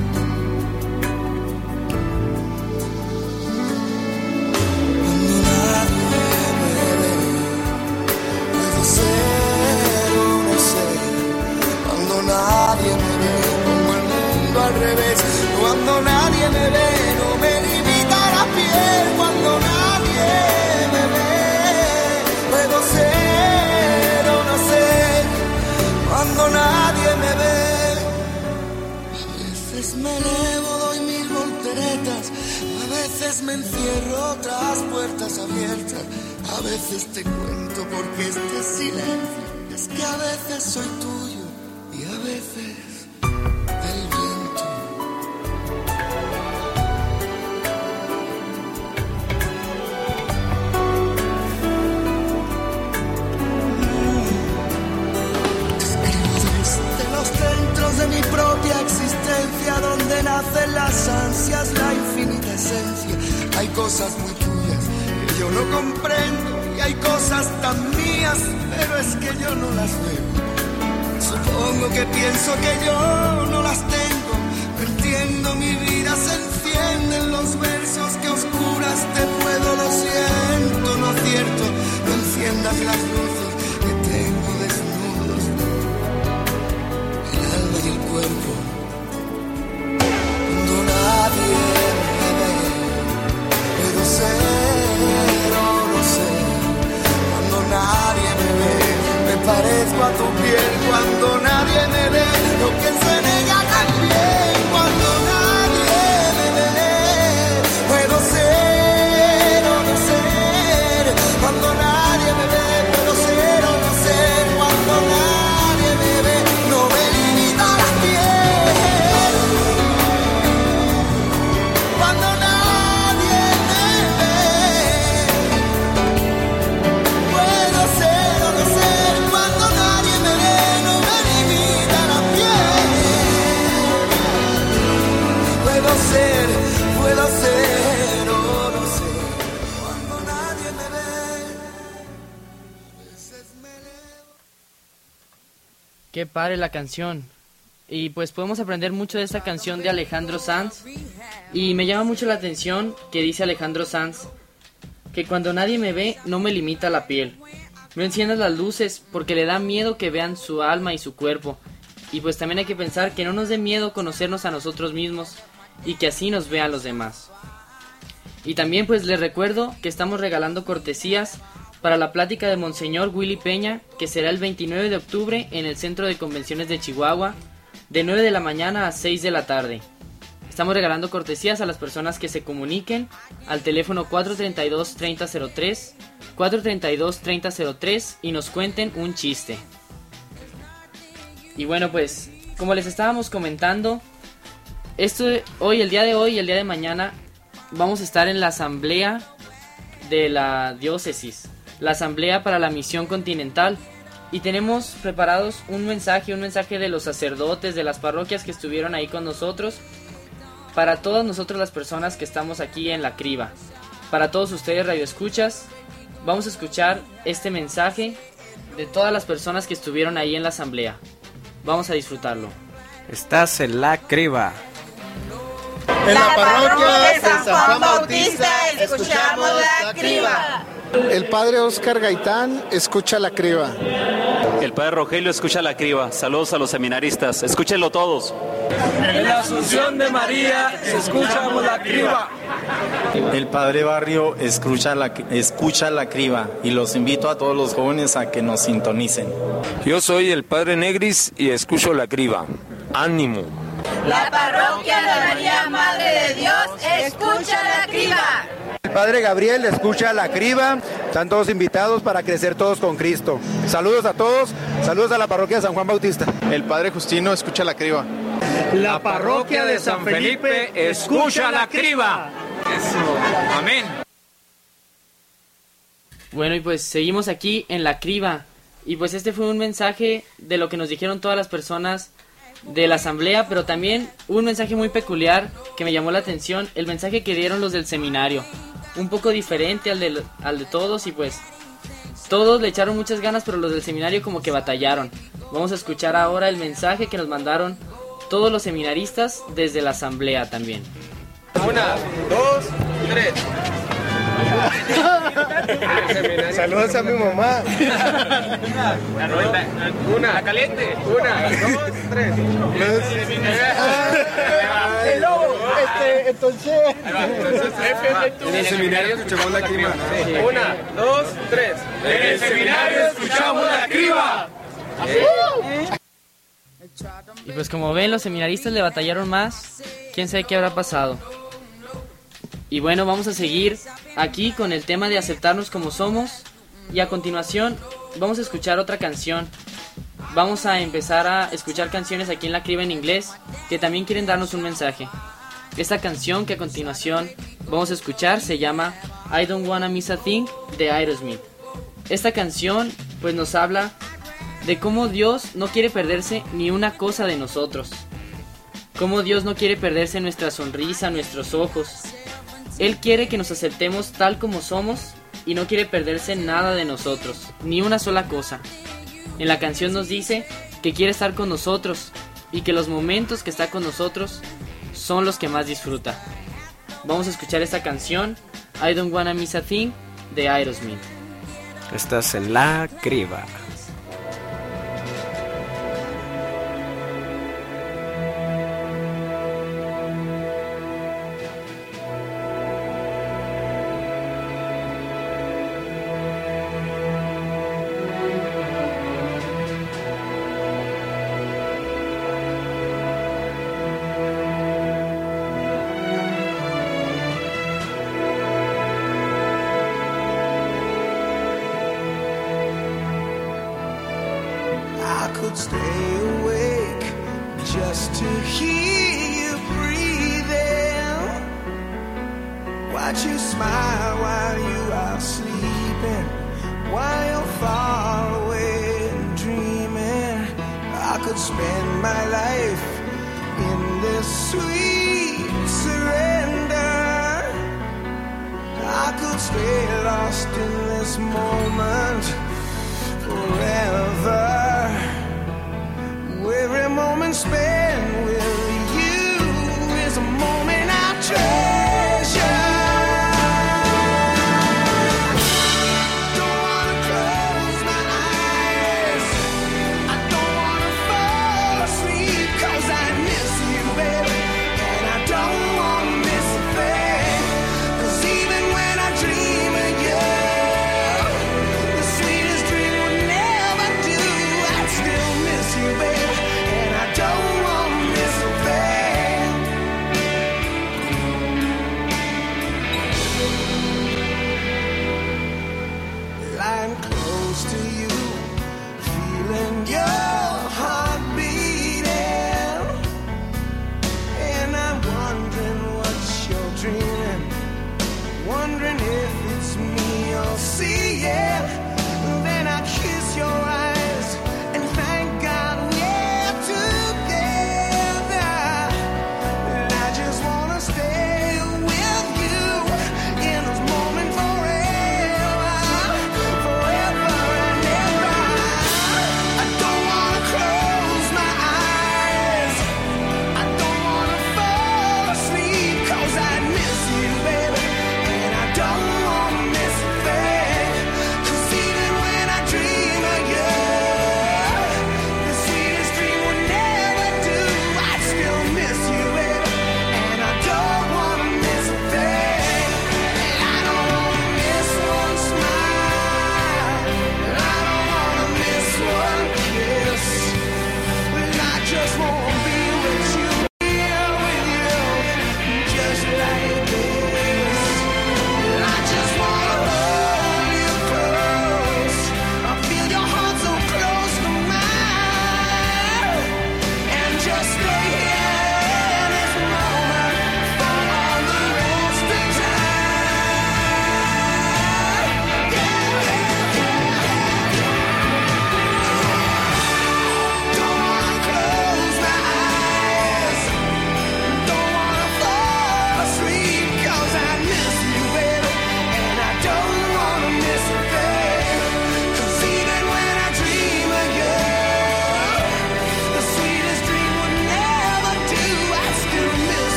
Nadie me ve, como el mundo al revés. Cuando nadie me ve, no me limita la piel. Cuando nadie me ve, puedo ser o no ser. Cuando nadie me ve, a veces me elevo, doy mil volteretas, a veces me encierro tras puertas abiertas, a veces te cuento porque este silencio es que a veces soy tuyo y a veces del viento. Te escribo desde los centros de mi propia existencia, donde nacen las ansias, la infinita esencia. Hay cosas muy tuyas que yo no comprendo y hay cosas tan mías, pero es que yo no las veo. Supongo que pienso que yo no las tengo, no entiendo, mi vida se enciende en los versos que oscuras te puedo, lo siento, no es cierto, no enciendas las luces que tengo desnudos, el alma y el cuerpo. Cuando nadie me ve, puedo ser o no ser, cuando nadie me ve, me parezco a tu piel. Cuando nadie me ve, lo que se nega también. Cuando nadie me ve, puedo ser o no ser. Cuando nadie me ve, puedo ser o no ser. Cuando nadie me ve, no me limita la piel. Cuando nadie me ve, puedo ser o no ser. Cuando nadie me ve, no me limita la piel. Puedo ser, puedo ser o no ser. Cuando nadie me ve, a veces me elevo. Qué padre la canción. Y pues podemos aprender mucho de esta canción de Alejandro Sanz. Y me llama mucho la atención que dice Alejandro Sanz que cuando nadie me ve, no me limita la piel. No enciendas las luces porque le da miedo que vean su alma y su cuerpo. Y pues también hay que pensar que no nos dé miedo conocernos a nosotros mismos y que así nos vean los demás. Y también pues les recuerdo que estamos regalando cortesías para la plática de Monseñor Willy Peña, que será el veintinueve de octubre en el Centro de Convenciones de Chihuahua, de nueve de la mañana a seis de la tarde. Estamos regalando cortesías a las personas que se comuniquen al teléfono cuatro treinta y dos, treinta cero tres, cuatro treinta y dos, treinta cero tres y nos cuenten un chiste. Y bueno, pues, como les estábamos comentando, esto hoy, el día de hoy y el día de mañana vamos a estar en la asamblea de la diócesis, la asamblea para la misión continental, y tenemos preparados un mensaje, un mensaje de los sacerdotes de las parroquias que estuvieron ahí con nosotros, para todas nosotros las personas que estamos aquí en La Criba. para todos ustedes radioescuchas. Vamos a escuchar este mensaje de todas las personas que estuvieron ahí en la asamblea. Vamos a disfrutarlo. Estás en la criba. En la parroquia de San Juan Bautista escuchamos la criba. El padre Oscar Gaitán escucha la criba. El padre Rogelio escucha la criba. Saludos a los seminaristas, escúchenlo todos. En la Asunción de María escuchamos la criba. El padre Barrio escucha la, escucha la criba y los invito a todos los jóvenes a que nos sintonicen. Yo soy el padre Negris y escucho la criba. Ánimo. La parroquia de María Madre de Dios escucha la criba. El padre Gabriel escucha la criba. Están todos invitados para crecer todos con Cristo. Saludos a todos, saludos a la parroquia de San Juan Bautista. El padre Justino escucha la criba. La parroquia de San Felipe escucha la criba. Eso. Amén. Bueno, y pues seguimos aquí en la criba. Y pues este fue un mensaje de lo que nos dijeron todas las personas de la asamblea, pero también un mensaje muy peculiar que me llamó la atención, el mensaje que dieron los del seminario, un poco diferente al de, al de todos, y pues todos le echaron muchas ganas, pero los del seminario como que batallaron. Vamos a escuchar ahora el mensaje que nos mandaron todos los seminaristas desde la asamblea también. Una, dos, tres. Saludos a mi mamá. Una, la caliente. Una, dos, tres. El lobo. Este, entonces. En el seminario escuchamos la criba. Una, dos, tres. En el seminario escuchamos la criba. Y pues como ven, los seminaristas le batallaron más. Quién sabe qué habrá pasado. Y bueno, vamos a seguir aquí con el tema de aceptarnos como somos. Y a continuación vamos a escuchar otra canción. Vamos a empezar a escuchar canciones aquí en la criba en inglés que también quieren darnos un mensaje. Esta canción que a continuación vamos a escuchar se llama I Don't Wanna Miss a Thing de Aerosmith. Esta canción pues nos habla de cómo Dios no quiere perderse ni una cosa de nosotros. Cómo Dios no quiere perderse nuestra sonrisa, nuestros ojos. Él quiere que nos aceptemos tal como somos y no quiere perderse nada de nosotros, ni una sola cosa. En la canción nos dice que quiere estar con nosotros y que los momentos que está con nosotros son los que más disfruta. Vamos a escuchar esta canción, I Don't Wanna Miss a Thing, de Aerosmith. Estás en la criba. Stay awake just to hear you breathing. Watch you smile while you are sleeping, while you're far away and dreaming. I could spend my life in this sweet surrender. I could stay lost in this moment forever. Every moment spent with you is a moment I treasure. Don't wanna close my eyes, I don't wanna fall asleep, 'cause I miss you, baby, and I don't wanna miss a thing. 'Cause even when I dream of you, the sweetest dream would never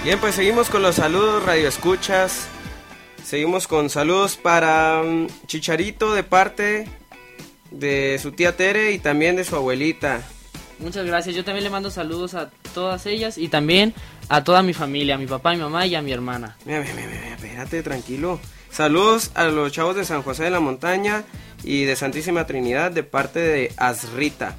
Bien, pues seguimos con los saludos, Radio Escuchas. Seguimos con saludos para um, Chicharito de parte de su tía Tere y también de su abuelita. Muchas gracias, yo también le mando saludos a todas ellas y también a toda mi familia, a mi papá, a mi mamá y a mi hermana. Mira, mira, mira, espérate, tranquilo. Saludos a los chavos de San José de la Montaña y de Santísima Trinidad de parte de Azrita.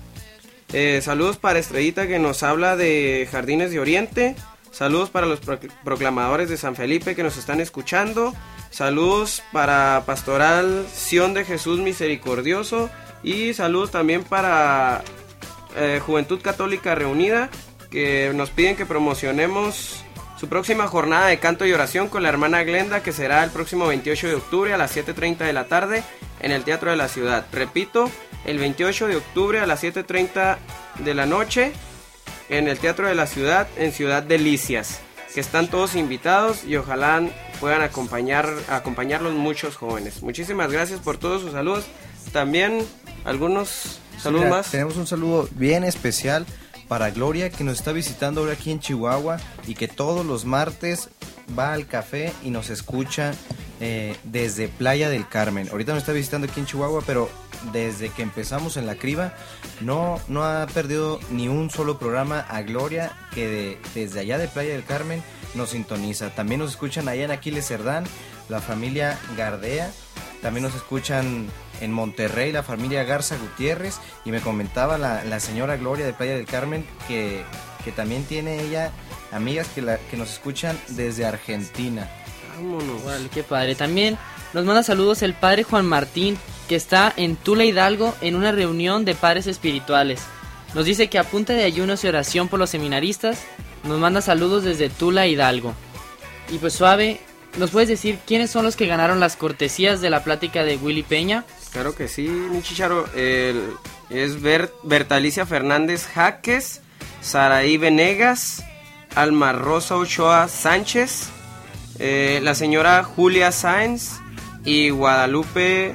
Eh, saludos para Estrellita que nos habla de Jardines de Oriente. Saludos para los proclamadores de San Felipe que nos están escuchando. Saludos para Pastoral Sion de Jesús Misericordioso. Y saludos también para eh, Juventud Católica Reunida, que nos piden que promocionemos su próxima jornada de canto y oración con la hermana Glenda, que será el próximo veintiocho de octubre a las siete treinta de la tarde en el Teatro de la Ciudad. Repito, el veintiocho de octubre a las siete treinta de la noche en el Teatro de la Ciudad, en Ciudad Delicias, que están todos invitados y ojalá puedan acompañar, acompañarlos muchos jóvenes. Muchísimas gracias por todos sus saludos. También algunos saludos Mira, más. Tenemos un saludo bien especial para Gloria, que nos está visitando ahora aquí en Chihuahua y que todos los martes va al café y nos escucha eh, desde Playa del Carmen. Ahorita nos está visitando aquí en Chihuahua, pero desde que empezamos en La Criba no, no ha perdido ni un solo programa a Gloria, que de, desde allá de Playa del Carmen nos sintoniza. También nos escuchan allá en Aquiles Cerdán, la familia Gardea. También nos escuchan en Monterrey, la familia Garza Gutiérrez. Y me comentaba la, la señora Gloria de Playa del Carmen que, que también tiene ella amigas que, la, que nos escuchan desde Argentina. Vámonos. Vale, qué padre. También nos manda saludos el padre Juan Martín, que está en Tula Hidalgo en una reunión de padres espirituales. Nos dice que a punta de ayunos y oración por los seminaristas, nos manda saludos desde Tula Hidalgo. Y pues suave, ¿nos puedes decir quiénes son los que ganaron las cortesías de la plática de Willy Peña? Claro que sí, mi chicharo. El, es Bert, Bertalicia Fernández Jaques, Saraí Venegas, Alma Rosa Ochoa Sánchez, eh, la señora Julia Sáenz y Guadalupe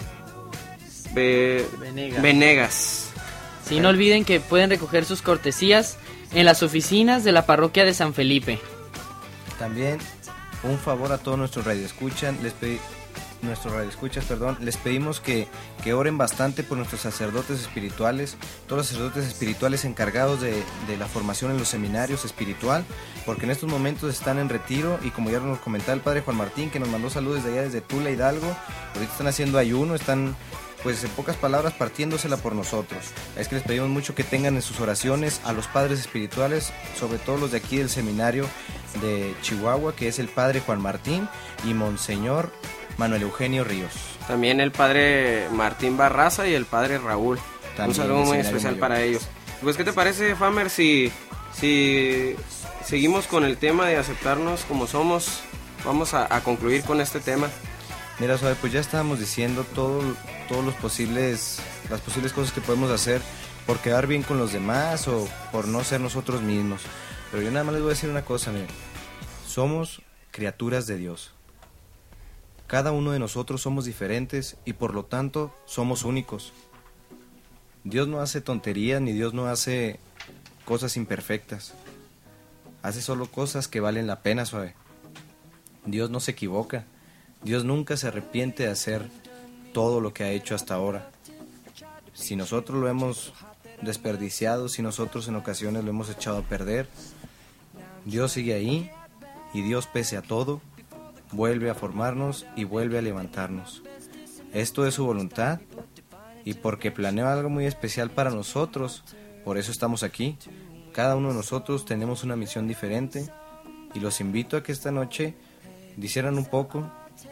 Be- Venegas. Venegas. Sí, no olviden que pueden recoger sus cortesías en las oficinas de la parroquia de San Felipe. También un favor a todos nuestros radioescuchas, les pedí, nuestros radioescuchas, perdón, les pedimos que, que oren bastante por nuestros sacerdotes espirituales, todos los sacerdotes espirituales encargados de, de la formación en los seminarios espiritual, porque en estos momentos están en retiro y como ya nos comentaba el padre Juan Martín, que nos mandó saludos desde allá desde Tula Hidalgo, ahorita están haciendo ayuno, están pues en pocas palabras partiéndosela por nosotros. Es que les pedimos mucho que tengan en sus oraciones a los padres espirituales, sobre todo los de aquí del seminario de Chihuahua, que es el padre Juan Martín y Monseñor Manuel Eugenio Ríos. También el padre Martín Barraza y el padre Raúl. También un saludo muy especial mayor para ellos. Pues, ¿qué te parece, Famer, si, si seguimos con el tema de aceptarnos como somos? Vamos a, a concluir con este tema. Mira, Suave, pues ya estábamos diciendo todo, todos los posibles, las posibles cosas que podemos hacer por quedar bien con los demás o por no ser nosotros mismos. Pero yo nada más les voy a decir una cosa, miren. Somos criaturas de Dios. Cada uno de nosotros somos diferentes y por lo tanto somos únicos. Dios no hace tonterías ni Dios no hace cosas imperfectas. Hace solo cosas que valen la pena, Suave. Dios no se equivoca. Dios nunca se arrepiente de hacer todo lo que ha hecho hasta ahora. Si nosotros lo hemos desperdiciado, si nosotros en ocasiones lo hemos echado a perder, Dios sigue ahí y Dios, pese a todo, vuelve a formarnos y vuelve a levantarnos. Esto es su voluntad y porque planea algo muy especial para nosotros, por eso estamos aquí. Cada uno de nosotros tenemos una misión diferente y los invito a que esta noche disciernan un poco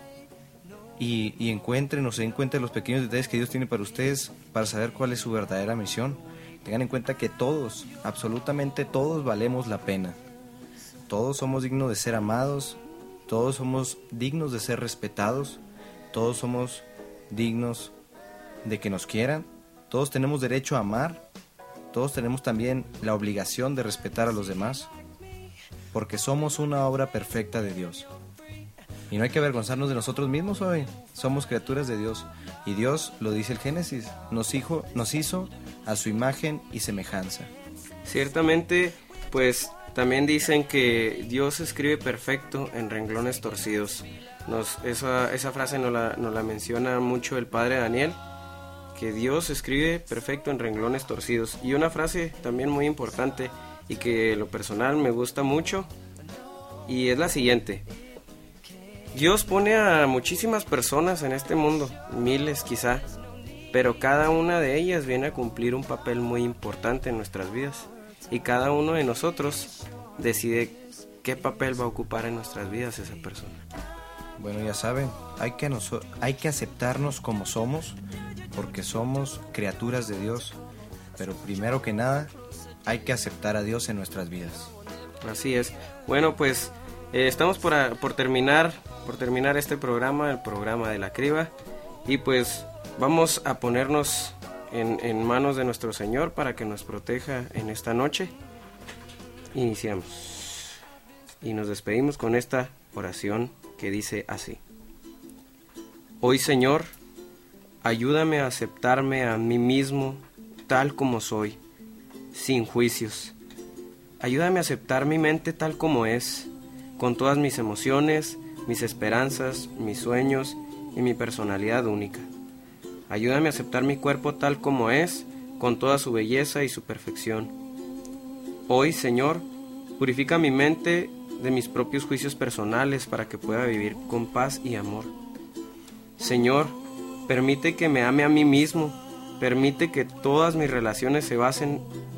y, y encuentren o se den cuenta de los pequeños detalles que Dios tiene para ustedes para saber cuál es su verdadera misión. Tengan en cuenta que todos, absolutamente todos valemos la pena. Todos somos dignos de ser amados, todos somos dignos de ser respetados, todos somos dignos de que nos quieran, todos tenemos derecho a amar, todos tenemos también la obligación de respetar a los demás, porque somos una obra perfecta de Dios. Y no hay que avergonzarnos de nosotros mismos hoy. Somos criaturas de Dios. Y Dios, lo dice el Génesis, nos hizo, nos hizo a su imagen y semejanza. Ciertamente, pues también dicen que Dios escribe perfecto en renglones torcidos. Nos, esa, esa frase nos la, nos la menciona mucho el padre Daniel, que Dios escribe perfecto en renglones torcidos. Y una frase también muy importante y que en lo personal me gusta mucho, y es la siguiente: Dios pone a muchísimas personas en este mundo, miles quizá, pero cada una de ellas viene a cumplir un papel muy importante en nuestras vidas, y cada uno de nosotros decide qué papel va a ocupar en nuestras vidas esa persona. Bueno, ya saben, hay que, nos, hay que aceptarnos como somos, porque somos criaturas de Dios, pero primero que nada hay que aceptar a Dios en nuestras vidas. Así es. Bueno, pues eh, estamos por, a, por terminar por terminar este programa, el programa de la criba, y pues vamos a ponernos en, en manos de nuestro Señor para que nos proteja en esta noche. Iniciamos y nos despedimos con esta oración que dice así: Hoy, Señor, ayúdame a aceptarme a mí mismo tal como soy, sin juicios. Ayúdame a aceptar mi mente tal como es, con todas mis emociones, mis esperanzas, mis sueños y mi personalidad única. Ayúdame a aceptar mi cuerpo tal como es, con toda su belleza y su perfección. Hoy, Señor, purifica mi mente de mis propios juicios personales para que pueda vivir con paz y amor. Señor, permite que me ame a mí mismo, permite que todas mis relaciones se basen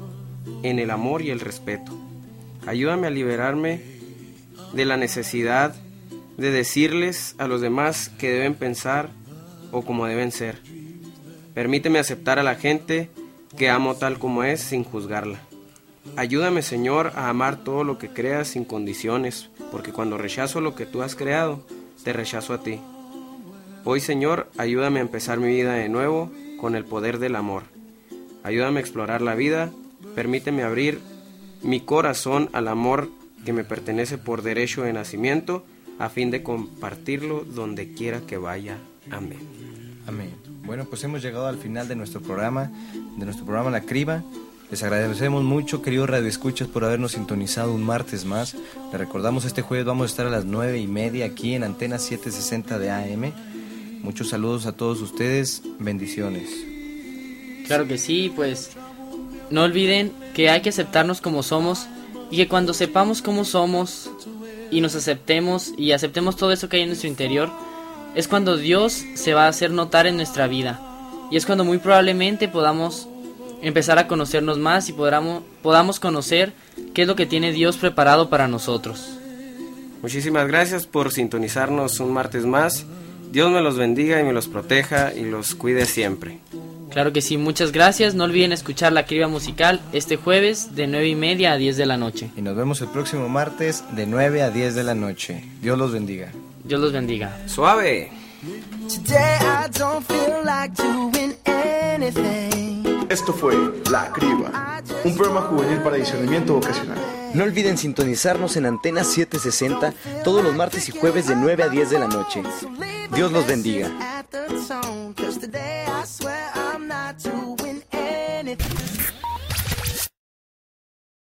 en el amor y el respeto. Ayúdame a liberarme de la necesidad de decirles a los demás qué deben pensar o cómo deben ser. Permíteme aceptar a la gente que amo tal como es sin juzgarla. Ayúdame, Señor, a amar todo lo que creas sin condiciones, porque cuando rechazo lo que tú has creado, te rechazo a ti. Hoy, Señor, ayúdame a empezar mi vida de nuevo con el poder del amor. Ayúdame a explorar la vida, permíteme abrir mi corazón al amor que me pertenece por derecho de nacimiento, a fin de compartirlo donde quiera que vaya. Amén. Amén. Bueno, pues hemos llegado al final de nuestro programa, de nuestro programa La Criba. Les agradecemos mucho, queridos radioescuchas, por habernos sintonizado un martes más. Les recordamos, este jueves vamos a estar a las nueve y media aquí en Antena setecientos sesenta de A M. Muchos saludos a todos ustedes, bendiciones. Claro que sí, pues no olviden que hay que aceptarnos como somos, y que cuando sepamos cómo somos y nos aceptemos y aceptemos todo eso que hay en nuestro interior, es cuando Dios se va a hacer notar en nuestra vida, y es cuando muy probablemente podamos empezar a conocernos más y podamos, podamos conocer qué es lo que tiene Dios preparado para nosotros. Muchísimas gracias por sintonizarnos un martes más. Dios me los bendiga y me los proteja y los cuide siempre. Claro que sí, muchas gracias. No olviden escuchar La Criba Musical este jueves de nueve y media a diez de la noche. Y nos vemos el próximo martes de nueve a diez de la noche. Dios los bendiga. Dios los bendiga. Suave. Esto fue La Criba, un programa juvenil para discernimiento vocacional. No olviden sintonizarnos en Antena setecientos sesenta todos los martes y jueves de nueve a diez de la noche. Dios los bendiga.